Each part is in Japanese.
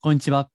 こんにちは。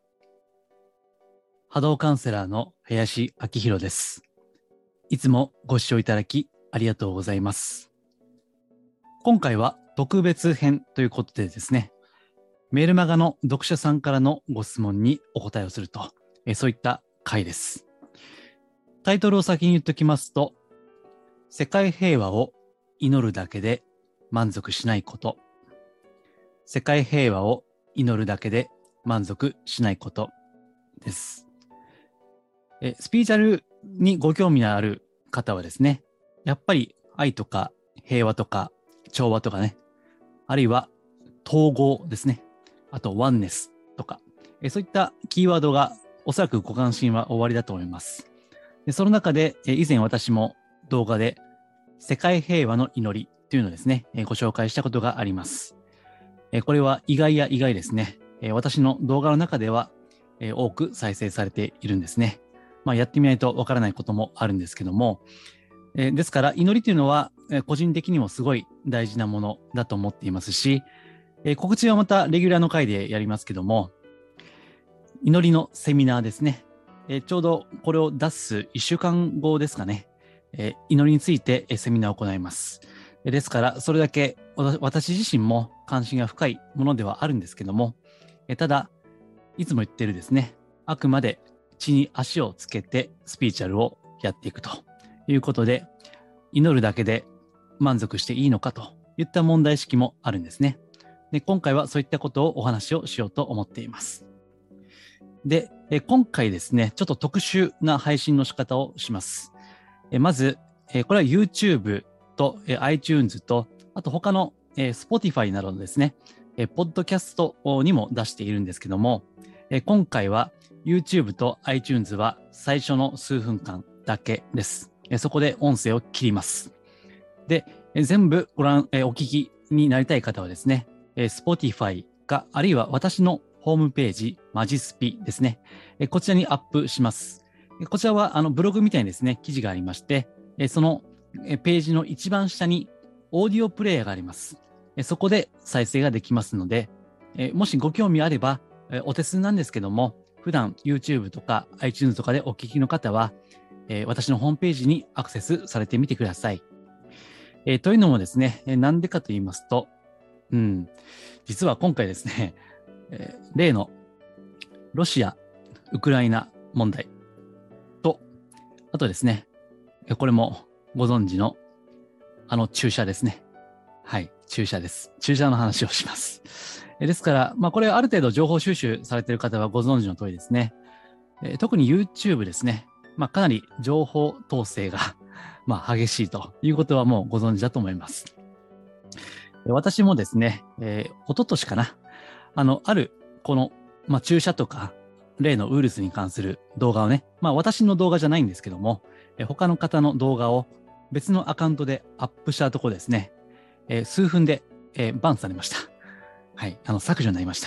波動カウンセラーの林明弘です。いつもご視聴いただきありがとうございます。今回は特別編ということでですね、メールマガの読者さんからのご質問にお答えをすると、そういった回です。タイトルを先に言っておきますと、世界平和を祈るだけで満足しないこと。世界平和を祈るだけで満足しないことです。スピリチュアルにご興味のある方はですね、やっぱり愛とか平和とか調和とかね、あるいは統合ですね、あとワンネスとか、そういったキーワードがおそらくご関心はおありだと思います。でその中で、以前私も動画で世界平和の祈りというのをですね、ご紹介したことがあります。これは意外や意外ですね、私の動画の中では、多く再生されているんですね。やってみないとわからないこともあるんですけども、ですから祈りというのは、個人的にもすごい大事なものだと思っていますし、告知はまたレギュラーの回でやりますけども、祈りのセミナーですね、ちょうどこれを出す1週間後ですかね、祈りについてセミナーを行います。ですからそれだけ私自身も関心が深いものではあるんですけども、ただいつも言ってるですね、あくまで地に足をつけてスピリチュアルをやっていくということで、祈るだけで満足していいのかといった問題意識もあるんですね。で、今回はそういったことをお話をしようと思っています。で、今回ですね、ちょっと特殊な配信の仕方をします。まず、これは YouTube と iTunes と、あと他のSpotify などのですね、ポッドキャストにも出しているんですけども、今回は YouTube と iTunes は最初の数分間だけです。そこで音声を切ります。で、全部お聞きになりたい方はですね、Spotify か、あるいは私のホームページ、マジスピですね、こちらにアップします。こちらはブログみたいにですね、記事がありまして、そのページの一番下にオーディオプレイヤーがあります。そこで再生ができますので、もしご興味あれば、お手数なんですけども、普段 YouTube とか iTunes とかでお聞きの方は、私のホームページにアクセスされてみてください。というのもですね、なんでかと言いますと、実は今回ですね、例のロシア・ウクライナ問題と、あとですね、これもご存知の注射ですね。はい、注射です。注射の話をします。ですから、これある程度情報収集されている方はご存知の通りですね。特に YouTube ですね。かなり情報統制が激しいということはもうご存知だと思います。私もですね、一昨年かな。あるこの、注射とか例のウイルスに関する動画をね、私の動画じゃないんですけども、他の方の動画を別のアカウントでアップしたところですね、数分で、バンされました。はい、削除になりました。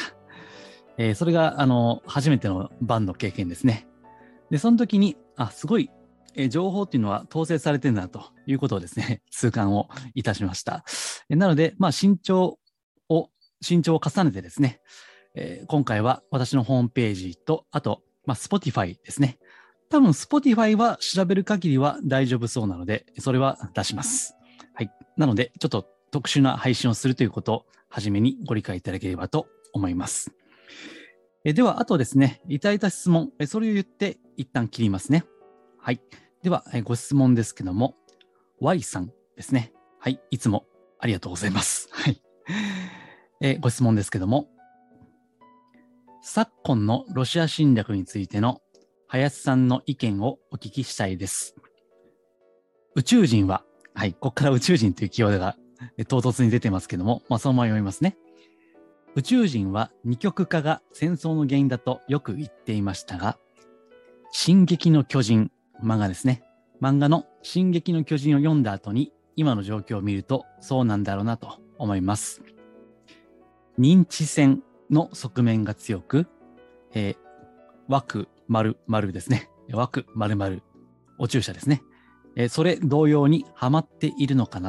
それが初めてのバンの経験ですね。で、その時に、すごい、情報っていうのは統制されてるんだということをですね、痛感をいたしました。なので、慎重を重ねてですね、今回は私のホームページと、あと、Spotify ですね。多分 Spotify は調べる限りは大丈夫そうなので、それは出します。はい。なので、ちょっと特殊な配信をするということを、はじめにご理解いただければと思います。では、あとですね、いただいた質問、それを言って一旦切りますね。はい。では、ご質問ですけども、Y さんですね。はい。いつもありがとうございます。はい。ご質問ですけども、昨今のロシア侵略についての林さんの意見をお聞きしたいです。宇宙人は、はい、ここから宇宙人というキーワードが唐突に出てますけども、そのまま読みますね。宇宙人は二極化が戦争の原因だとよく言っていましたが、進撃の巨人、漫画ですね。漫画の進撃の巨人を読んだ後に今の状況を見るとそうなんだろうなと思います。認知戦の側面が強く、枠丸々ですね。枠丸々、お注射ですね。それ同様にはまっているのかな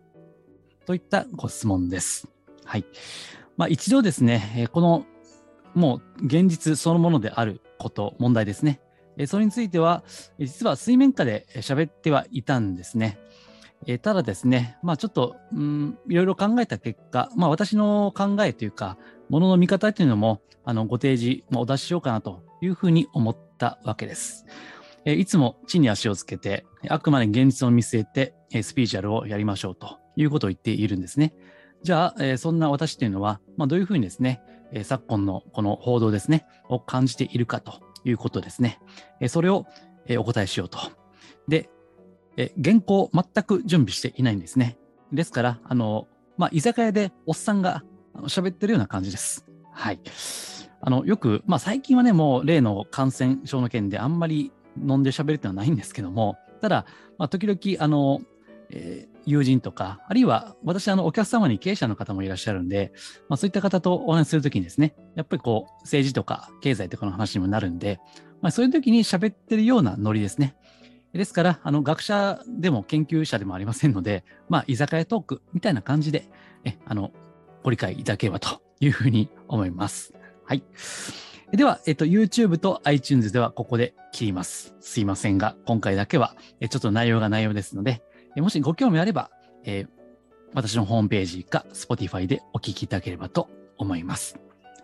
といったご質問です。はい。一度ですね、このもう現実そのものであること、問題ですね。それについては、実は水面下で喋ってはいたんですね。ただですね、ちょっと、いろいろ考えた結果、私の考えというか、ものの見方というのも、ご提示、お出ししようかなというふうに思ったわけです。いつも地に足をつけて、あくまで現実を見据えて、スピリチュアルをやりましょうということを言っているんですね。じゃあ、そんな私というのは、どういうふうにですね、昨今のこの報道ですね、を感じているかということですね。それをお答えしようと。で、原稿全く準備していないんですね。ですから、居酒屋でおっさんが喋ってるような感じです。はい。よく、最近はね、もう例の感染症の件であんまり飲んで喋るっていうのはないんですけども、ただ、時々、友人とか、あるいは私、お客様に経営者の方もいらっしゃるんで、そういった方とお話しするときにですね、やっぱりこう、政治とか経済とかの話にもなるんで、そういう時に喋ってるようなノリですね。ですから、学者でも研究者でもありませんので、居酒屋トークみたいな感じで、ご理解いただければというふうに思います。はい。では、YouTube と iTunes ではここで切ります。すいませんが、今回だけは、ちょっと内容が内容ですので、もしご興味あれば、私のホームページか Spotify でお聞きいただければと思います。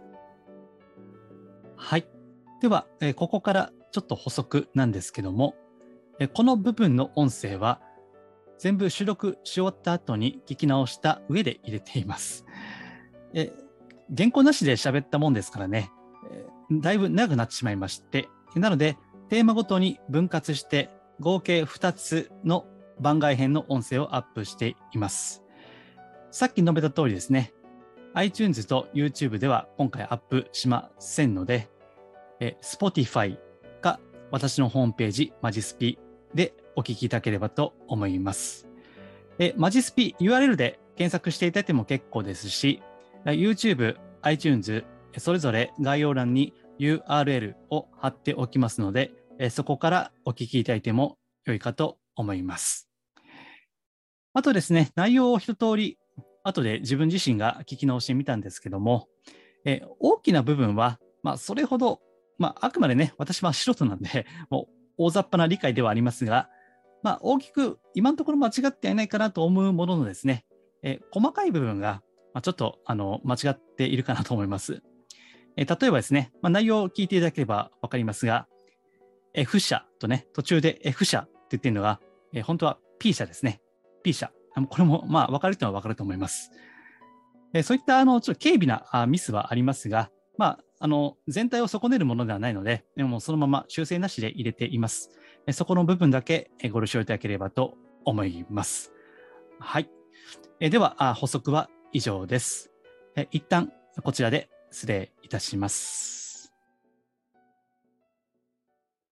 はい。では、ここからちょっと補足なんですけども、この部分の音声は全部収録し終わった後に聞き直した上で入れています。原稿なしで喋ったもんですからね、だいぶ長くなってしまいまして、なのでテーマごとに分割して合計2つの番外編の音声をアップしています。さっき述べた通りですね、iTunes と YouTube では今回アップしませんので、Spotify か私のホームページマジスピでお聞きいただければと思います。マジスピ URL で検索していただいても結構ですし、YouTube、iTunes、それぞれ概要欄に URL を貼っておきますので、そこからお聞きいただいても良いかと思います。あとですね、内容を一通り、後で自分自身が聞き直してみたんですけども、大きな部分は、それほど、あくまでね、私は素人なんで、もう大雑把な理解ではありますが、大きく今のところ間違ってはいないかなと思うもののですね、細かい部分が、ちょっと間違っているかなと思います。例えばですね、内容を聞いていただければ分かりますが、F 社とね、途中で F 社って言ってるのが、本当は P 社ですね。P 社。これも分かるというのは分かると思います。そういったちょっと軽微なミスはありますが、全体を損ねるものではないので、でもそのまま修正なしで入れています。そこの部分だけご了承いただければと思います。はい。では、補足は以上です。一旦こちらで失礼いたします。